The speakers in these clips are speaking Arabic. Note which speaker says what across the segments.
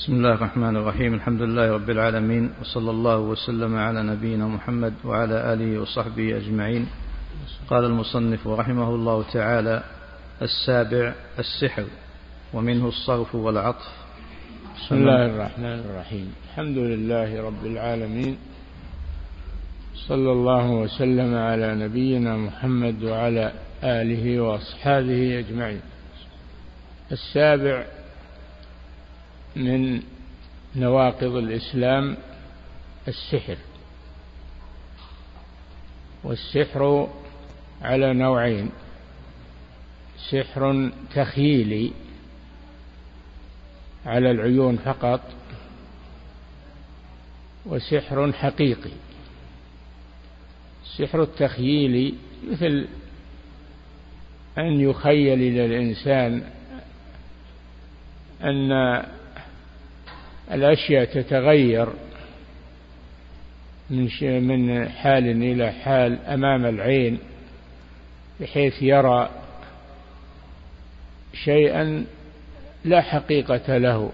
Speaker 1: بسم الله الرحمن الرحيم. الحمد لله رب العالمين، وصلى الله وسلم على نبينا محمد وعلى آله وصحبه أجمعين. قال المصنف رحمه الله تعالى: السابع السحر، ومنه الصرف والعطف.
Speaker 2: بسم الله الرحمن الرحيم. الحمد لله رب العالمين، صلى الله وسلم على نبينا محمد وعلى آله وأصحابه أجمعين. السابع من نواقض الإسلام السحر، والسحر على نوعين: سحر تخيلي على العيون فقط، وسحر حقيقي. السحر التخييلي مثل أن يخيل إلى الإنسان أن الأشياء تتغير من حال إلى حال أمام العين، بحيث يرى شيئا لا حقيقة له،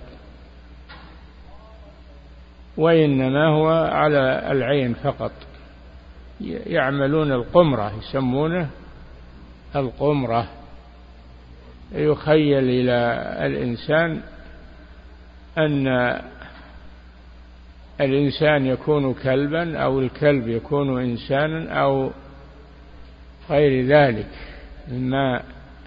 Speaker 2: وإنما هو على العين فقط. يعملون القمرة، يسمونه القمرة. يخيل إلى الإنسان أن الإنسان يكون كلبا، أو الكلب يكون إنسانا، أو غير ذلك مما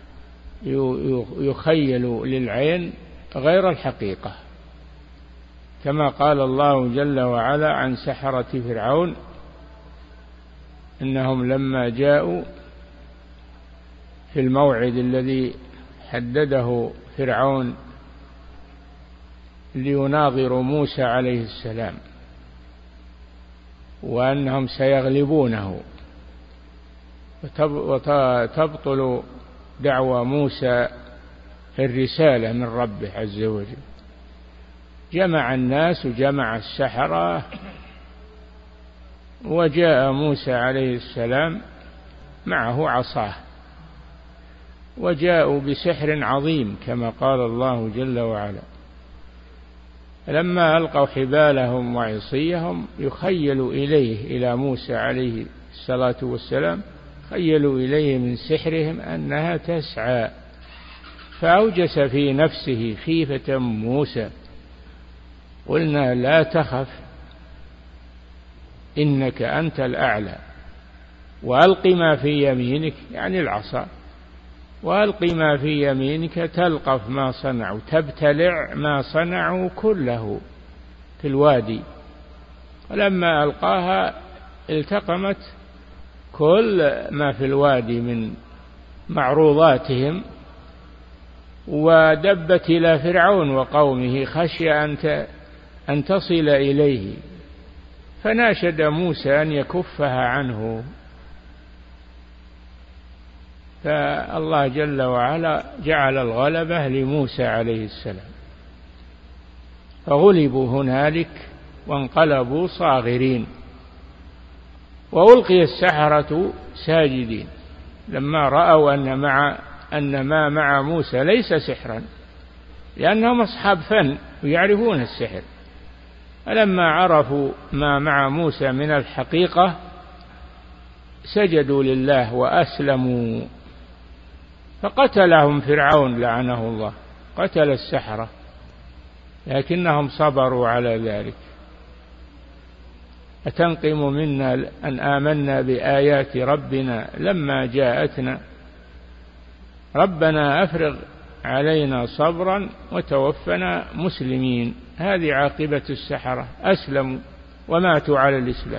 Speaker 2: يخيل للعين غير الحقيقة، كما قال الله جل وعلا عن سحرة فرعون: إنهم لما جاءوا في الموعد الذي حدده فرعون ليناظروا موسى عليه السلام، وأنهم سيغلبونه وتبطل دعوى موسى الرسالة من ربه عز وجل، جمع الناس وجمع السحرة، وجاء موسى عليه السلام معه عصاه، وجاءوا بسحر عظيم كما قال الله جل وعلا: لما ألقوا حبالهم وعصيهم يخيل إليه، إلى موسى عليه الصلاة والسلام، خيلوا إليه من سحرهم أنها تسعى، فأوجس في نفسه خيفة موسى. قلنا: لا تخف، إنك أنت الأعلى، وألق ما في يمينك، يعني العصا، وألق ما في يمينك تلقف ما صنعوا، تبتلع ما صنعوا كله في الوادي. ولما ألقاها التقمت كل ما في الوادي من معروضاتهم، ودبت إلى فرعون وقومه خشي أن تصل إليه، فناشد موسى أن يكفها عنه. فالله جل وعلا جعل الغلبة لموسى عليه السلام، فغلبوا هنالك وانقلبوا صاغرين، وألقي السحرة ساجدين، لما رأوا أن ما مع موسى ليس سحرا، لأنهم أصحاب فن ويعرفون السحر. فلما عرفوا ما مع موسى من الحقيقة سجدوا لله وأسلموا، فقتلهم فرعون لعنه الله، قتل السحرة، لكنهم صبروا على ذلك. أتنقم منا أن آمنا بآيات ربنا لما جاءتنا، ربنا أفرغ علينا صبرا وتوفنا مسلمين. هذه عاقبة السحرة، أسلموا وماتوا على الإسلام.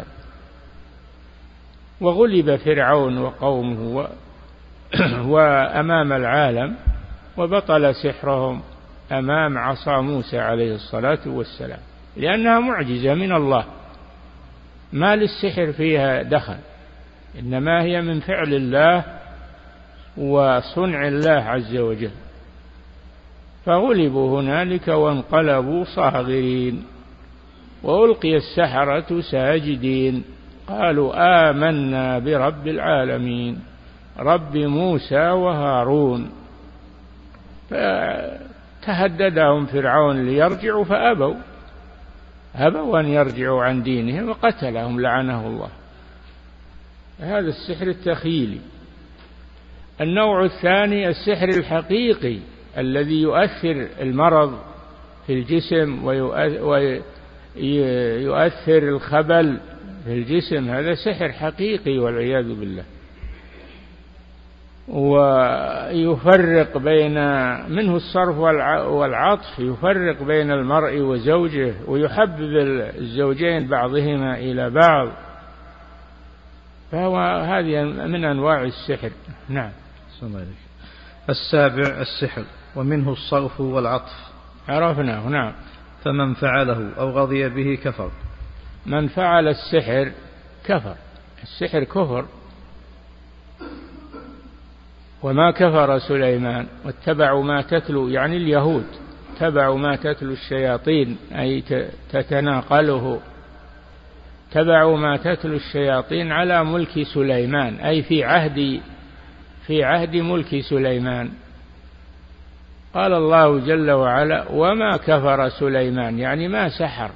Speaker 2: وغلب فرعون وقومه وأمام العالم، وبطل سحرهم أمام عصا موسى عليه الصلاة والسلام، لأنها معجزة من الله، ما للسحر فيها دخل، إنما هي من فعل الله وصنع الله عز وجل. فغلبوا هنالك وانقلبوا صاغرين، وألقي السحرة ساجدين، قالوا آمنا برب العالمين، رب موسى وهارون. فهددهم فرعون ليرجعوا فأبوا أن يرجعوا عن دينهم وقتلهم لعنه الله. هذا السحر التخيلي. النوع الثاني السحر الحقيقي الذي يؤثر المرض في الجسم ويؤثر الخبل في الجسم، هذا سحر حقيقي والعياذ بالله. ويفرق منه الصرف والعطف، يفرق بين المرء وزوجه ويحبب الزوجين بعضهما إلى بعض، فهو هذه من أنواع السحر. نعم.
Speaker 1: السابع السحر ومنه الصرف والعطف،
Speaker 2: عرفناه. نعم.
Speaker 1: فمن فعله أو رضي به كفر.
Speaker 2: من فعل السحر كفر، السحر كفر. وما كفر سليمان واتبعوا ما تتلو، يعني اليهود تبعوا ما تتلو الشياطين، أي تتناقله، تبعوا ما تتلو الشياطين على ملك سليمان، أي في عهد ملك سليمان. قال الله جل وعلا: وما كفر سليمان، يعني ما سحر،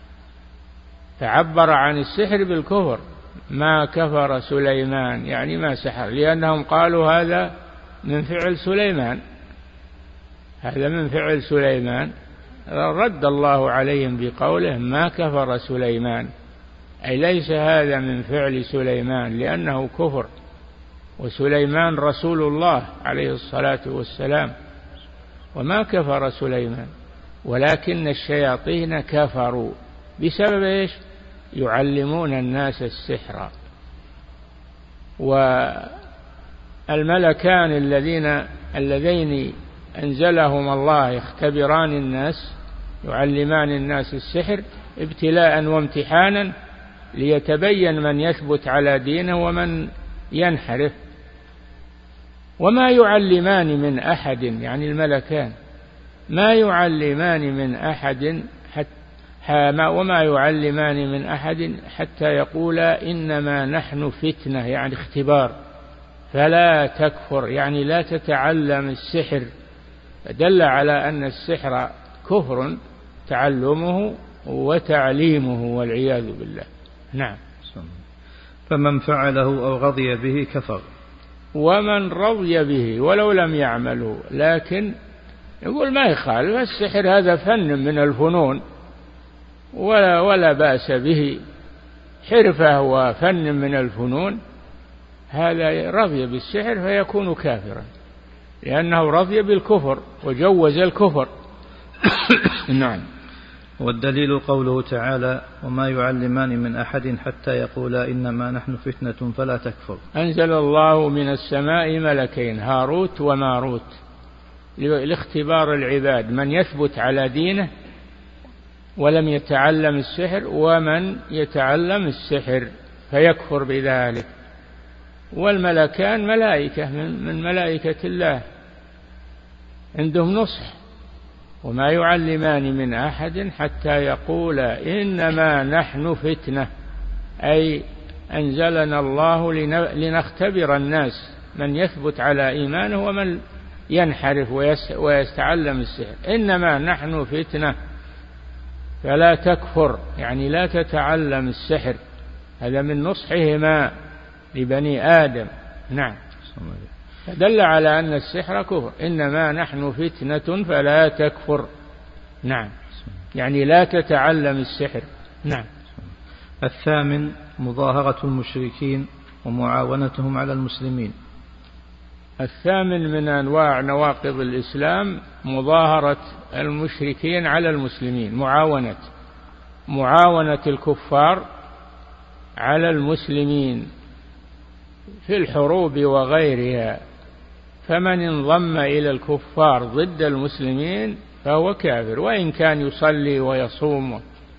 Speaker 2: تعبر عن السحر بالكفر. ما كفر سليمان يعني ما سحر، لأنهم قالوا هذا من فعل سليمان، هذا من فعل سليمان. رد الله عليهم بقوله: ما كفر سليمان، أي ليس هذا من فعل سليمان لأنه كفر، وسليمان رسول الله عليه الصلاة والسلام. وما كفر سليمان ولكن الشياطين كفروا بسبب إيش؟ يعلمون الناس السحر. والملكان اللذين أنزلهم الله يختبران الناس، يعلمان الناس السحر ابتلاء وامتحانا ليتبين من يثبت على دينه ومن ينحرف. وما يعلمان من أحد، يعني الملكان ما يعلمان من أحد وما يعلمان من أحد حتى يقولا إنما نحن فتنة، يعني اختبار، فلا تكفر، يعني لا تتعلم السحر. دل على أن السحر كفر تعلمه وتعليمه والعياذ بالله. نعم.
Speaker 1: فمن فعله أو رضي به كفر.
Speaker 2: ومن رضي به ولو لم يعمله، لكن يقول ما يخالف، السحر هذا فن من الفنون ولا بأس به، حرفة وفن من الفنون، هذا رضي بالسحر فيكون كافرا لأنه رضي بالكفر وجوز الكفر. نعم.
Speaker 1: والدليل قوله تعالى: وما يعلمان من أحد حتى يقولا إنما نحن فتنة فلا تكفر.
Speaker 2: أنزل الله من السماء ملكين هاروت وماروت لاختبار العباد، من يثبت على دينه ولم يتعلم السحر، ومن يتعلم السحر فيكفر بذلك. والملكان ملائكة من ملائكة الله، عندهم نصح. وما يعلمان من أحد حتى يقولا إنما نحن فتنة، أي أنزلنا الله لنختبر الناس، من يثبت على إيمانه ومن ينحرف ويستعلم السحر. إنما نحن فتنة فلا تكفر، يعني لا تتعلم السحر، هذا من نصحهما لبني آدم. نعم. فدل على أن السحر كفر. إنما نحن فتنة فلا تكفر. نعم، يعني لا تتعلم السحر. نعم.
Speaker 1: الثامن مظاهرة المشركين ومعاونتهم على المسلمين.
Speaker 2: الثامن من أنواع نواقض الإسلام مظاهرة المشركين على المسلمين، معاونة الكفار على المسلمين في الحروب وغيرها. فمن انضم إلى الكفار ضد المسلمين فهو كافر، وإن كان يصلي ويصوم،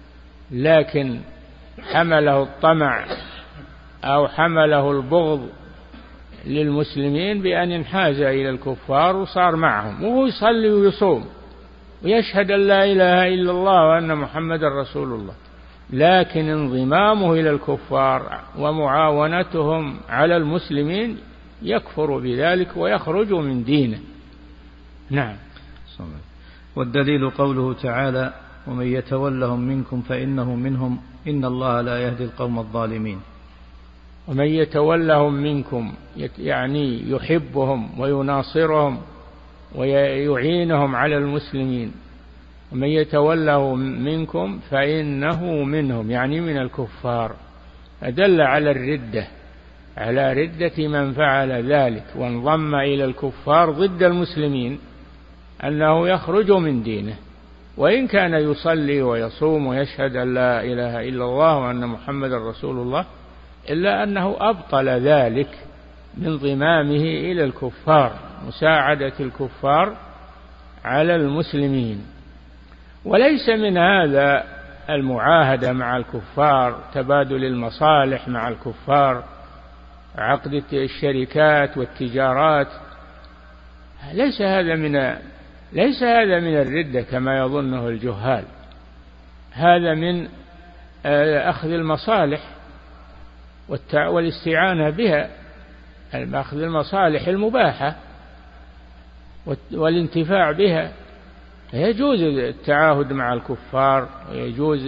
Speaker 2: لكن حمله الطمع أو حمله البغض للمسلمين بأن ينحاز إلى الكفار وصار معهم، وهو يصلي ويصوم ويشهد أن لا إله إلا الله وأن محمد رسول الله، لكن انضمامه إلى الكفار ومعاونتهم على المسلمين يكفر بذلك ويخرج من دينه. نعم.
Speaker 1: والدليل قوله تعالى: ومن يتولهم منكم فإنه منهم إن الله لا يهدي القوم الظالمين.
Speaker 2: ومن يتولهم منكم يعني يحبهم ويناصرهم ويعينهم على المسلمين. ومن يتولهم منكم فإنه منهم يعني من الكفار، أدل على الردة، على ردة من فعل ذلك وانضم إلى الكفار ضد المسلمين، أنه يخرج من دينه، وإن كان يصلي ويصوم ويشهد أن لا إله إلا الله وأن محمد رسول الله، إلا أنه أبطل ذلك بانضمامه إلى الكفار، مساعدة الكفار على المسلمين. وليس من هذا المعاهدة مع الكفار، تبادل المصالح مع الكفار، عقد الشركات والتجارات، ليس هذا من الردة كما يظنه الجهال. هذا من أخذ المصالح والاستعانة بها، أخذ المصالح المباحة والانتفاع بها. يجوز التعاهد مع الكفار، ويجوز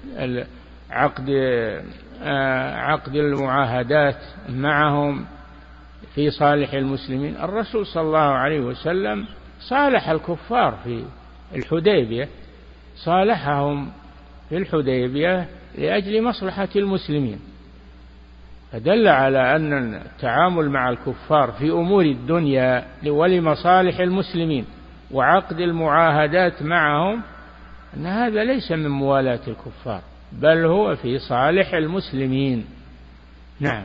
Speaker 2: عقد المعاهدات معهم في صالح المسلمين. الرسول صلى الله عليه وسلم صالح الكفار في الحديبية، صالحهم في الحديبية لأجل مصلحة المسلمين، فدل على أن التعامل مع الكفار في أمور الدنيا ولمصالح المسلمين وعقد المعاهدات معهم أن هذا ليس من موالاة الكفار، بل هو في صالح المسلمين. نعم.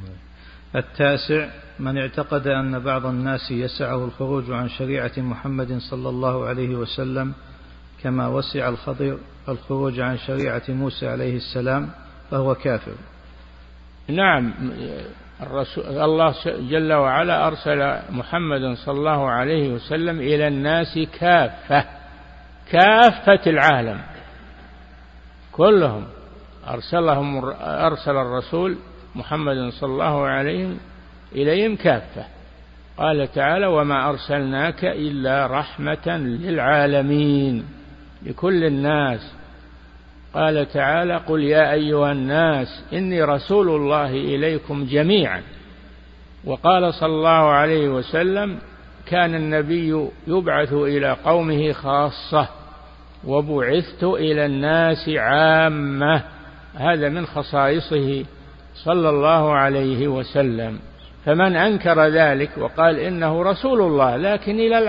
Speaker 1: 9: من اعتقد أن بعض الناس يسعه الخروج عن شريعة محمد صلى الله عليه وسلم كما وسع الخضر الخروج عن شريعة موسى عليه السلام فهو كافر.
Speaker 2: نعم، الله جل وعلا أرسل محمد صلى الله عليه وسلم إلى الناس كافة العالم كلهم، أرسل الرسول محمد صلى الله عليه إليهم كافة. قال تعالى: وما أرسلناك إلا رحمة للعالمين، لكل الناس. قال تعالى: قل يا أيها الناس إني رسول الله إليكم جميعا. وقال صلى الله عليه وسلم: كان النبي يبعث إلى قومه خاصة وبعثت إلى الناس عامة. هذا من خصائصه صلى الله عليه وسلم. فمن أنكر ذلك وقال إنه رسول الله لكن إلى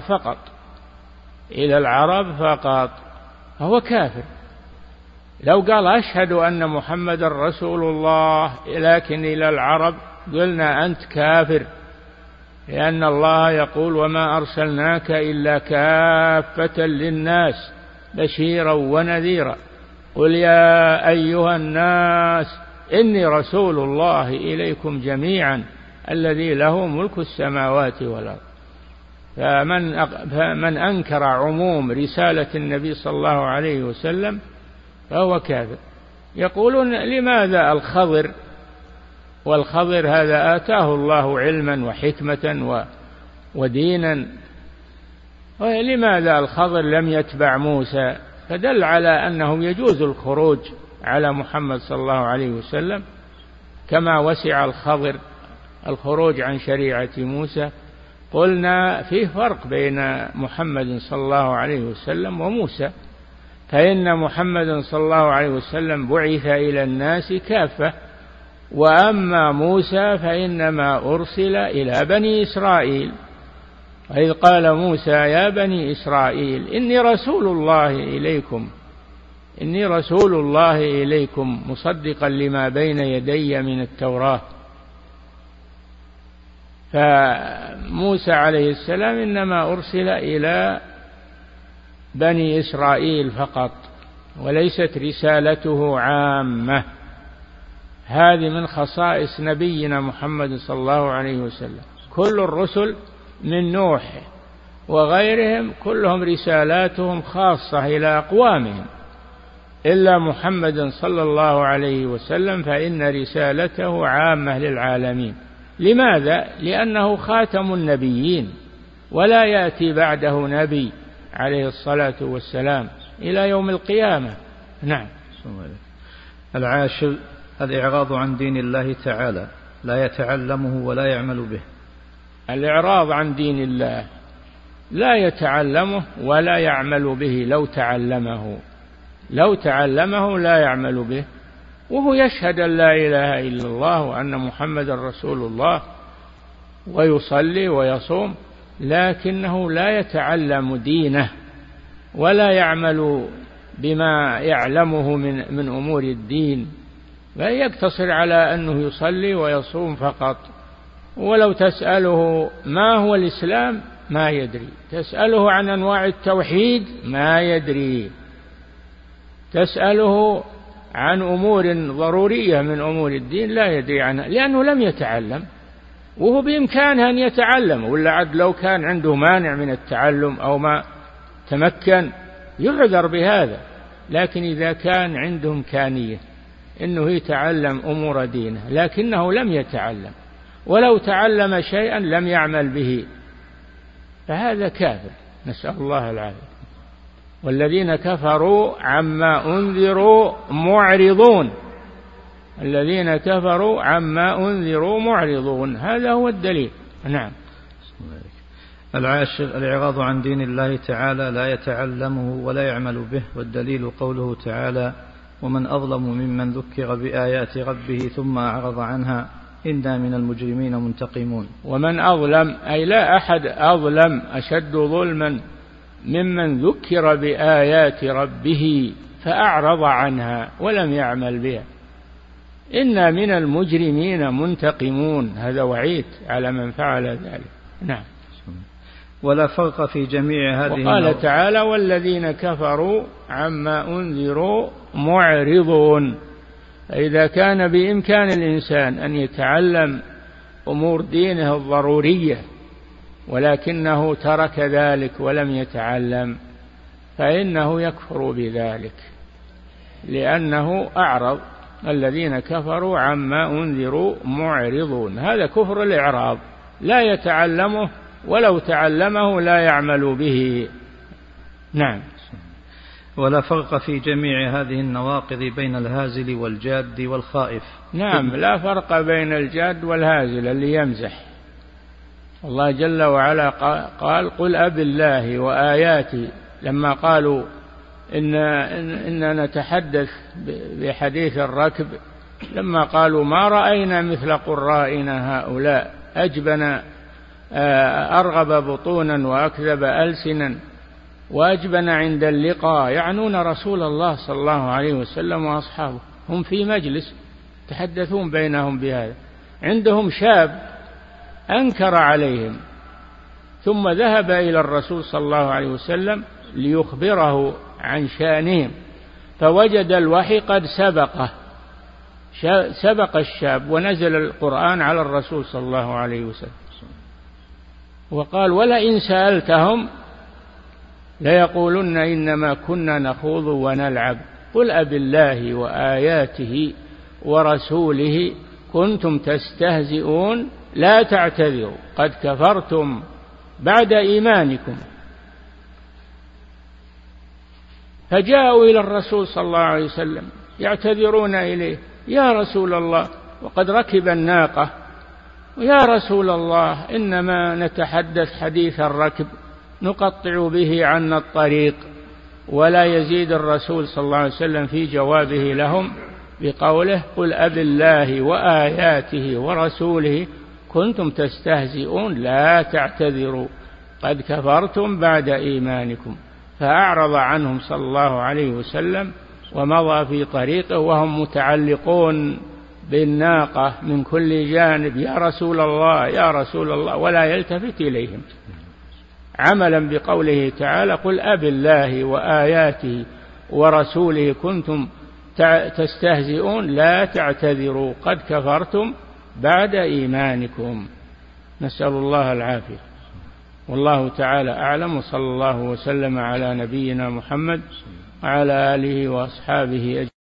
Speaker 2: العرب فقط فهو كافر. لو قال أشهد أن محمد رسول الله لكن إلى العرب قلنا أنت كافر، لأن الله يقول: وما أرسلناك إلا كافة للناس بشيرا ونذيرا. قل يا أيها الناس إني رسول الله إليكم جميعا الذي له ملك السماوات والأرض. فمن أنكر عموم رسالة النبي صلى الله عليه وسلم فهو كافر. يقولون: لماذا الخضر؟ والخضر هذا آتاه الله علما وحكمة ودينا، لماذا الخضر لم يتبع موسى؟ فدل على أنه يجوز الخروج على محمد صلى الله عليه وسلم كما وسع الخضر الخروج عن شريعة موسى. قلنا فيه فرق بين محمد صلى الله عليه وسلم وموسى، فإن محمد صلى الله عليه وسلم بعث إلى الناس كافة، وأما موسى فإنما أرسل إلى بني إسرائيل. وإذ قال موسى: يا بني إسرائيل إني رسول الله إليكم مصدقا لما بين يدي من التوراة. فموسى عليه السلام إنما أرسل إلى بني إسرائيل فقط، وليست رسالته عامة. هذه من خصائص نبينا محمد صلى الله عليه وسلم. كل الرسل من نوح وغيرهم كلهم رسالاتهم خاصة إلى أقوامهم، إلا محمد صلى الله عليه وسلم فإن رسالته عامة للعالمين. لماذا؟ لأنه خاتم النبيين، ولا يأتي بعده نبي عليه الصلاة والسلام إلى يوم القيامة. نعم.
Speaker 1: العاشر الإعراض عن دين الله تعالى لا يتعلمه ولا يعمل به.
Speaker 2: الإعراض عن دين الله لا يتعلمه ولا يعمل به. لو تعلمه لا يعمل به، وهو يشهد أن لا إله إلا الله وأن محمد رسول الله ويصلي ويصوم، لكنه لا يتعلم دينه ولا يعمل بما يعلمه من أمور الدين، بل يقتصر على أنه يصلي ويصوم فقط. ولو تسأله ما هو الإسلام ما يدري، تسأله عن أنواع التوحيد ما يدري، تسأله عن أمور ضرورية من أمور الدين لا يدري عنها، لأنه لم يتعلم. وهو بإمكانه أن يتعلم، ولا عد لو كان عنده مانع من التعلم أو ما تمكن يعذر بهذا. لكن إذا كان عنده إمكانية أنه يتعلم أمور دينه لكنه لم يتعلم، ولو تعلم شيئا لم يعمل به، فهذا كافر، نسأل الله العافية. والذين كفروا عما أنذروا معرضون، الذين كفروا عما أنذروا معرضون، هذا هو الدليل. نعم.
Speaker 1: العاشر الإعراض عن دين الله تعالى لا يتعلمه ولا يعمل به، والدليل قوله تعالى: ومن أظلم ممن ذكر بآيات ربه ثم أعرض عنها إنا من المجرمين منتقمون.
Speaker 2: ومن أظلم أي لا أحد أظلم أشد ظلما ممن ذكر بآيات ربه فأعرض عنها ولم يعمل بها، إنا من المجرمين منتقمون، هذا وعيد على من فعل ذلك. نعم.
Speaker 1: ولا فرق في جميع هذه.
Speaker 2: وقال تعالى: والذين كفروا عما أنذروا معرضون. فإذا كان بإمكان الإنسان أن يتعلم أمور دينه الضرورية ولكنه ترك ذلك ولم يتعلم فإنه يكفر بذلك، لأنه أعرض. الذين كفروا عما أنذروا معرضون، هذا كفر الإعراض، لا يتعلمه، ولو تعلمه لا يعمل به. نعم.
Speaker 1: ولا فرق في جميع هذه النواقض بين الهازل والجاد والخائف.
Speaker 2: نعم، لا فرق بين الجاد والهازل اللي يمزح. الله جل وعلا قال: قل أب الله وآياته، لما قالوا إننا نتحدث بحديث الركب، لما قالوا ما رأينا مثل قرائنا هؤلاء أجبن أرغب بطونا وأكذب ألسنا وأجبن عند اللقاء، يعنون رسول الله صلى الله عليه وسلم وأصحابه، هم في مجلس تحدثون بينهم بهذا، عندهم شاب أنكر عليهم، ثم ذهب إلى الرسول صلى الله عليه وسلم ليخبره عن شأنهم، فوجد الوحي قد سبق الشاب، ونزل القرآن على الرسول صلى الله عليه وسلم، وقال: ولئن سألتهم ليقولن إنما كنا نخوض ونلعب، قل أب الله وآياته ورسوله كنتم تستهزئون لا تعتذروا قد كفرتم بعد إيمانكم. فجاءوا إلى الرسول صلى الله عليه وسلم يعتذرون إليه: يا رسول الله، وقد ركب الناقة، يا رسول الله إنما نتحدث حديث الركب نقطع به عنا الطريق. ولا يزيد الرسول صلى الله عليه وسلم في جوابه لهم بقوله: قل أب الله وآياته ورسوله كنتم تستهزئون لا تعتذروا قد كفرتم بعد إيمانكم. فأعرض عنهم صلى الله عليه وسلم ومضى في طريقه وهم متعلقون بالناقة من كل جانب: يا رسول الله يا رسول الله، ولا يلتفت إليهم، عملا بقوله تعالى: قل أب الله وآياته ورسوله كنتم تستهزئون لا تعتذروا قد كفرتم بعد إيمانكم. نسأل الله العافية. والله تعالى أعلم، وصلى الله وسلم على نبينا محمد وعلى آله وأصحابه أجمعين.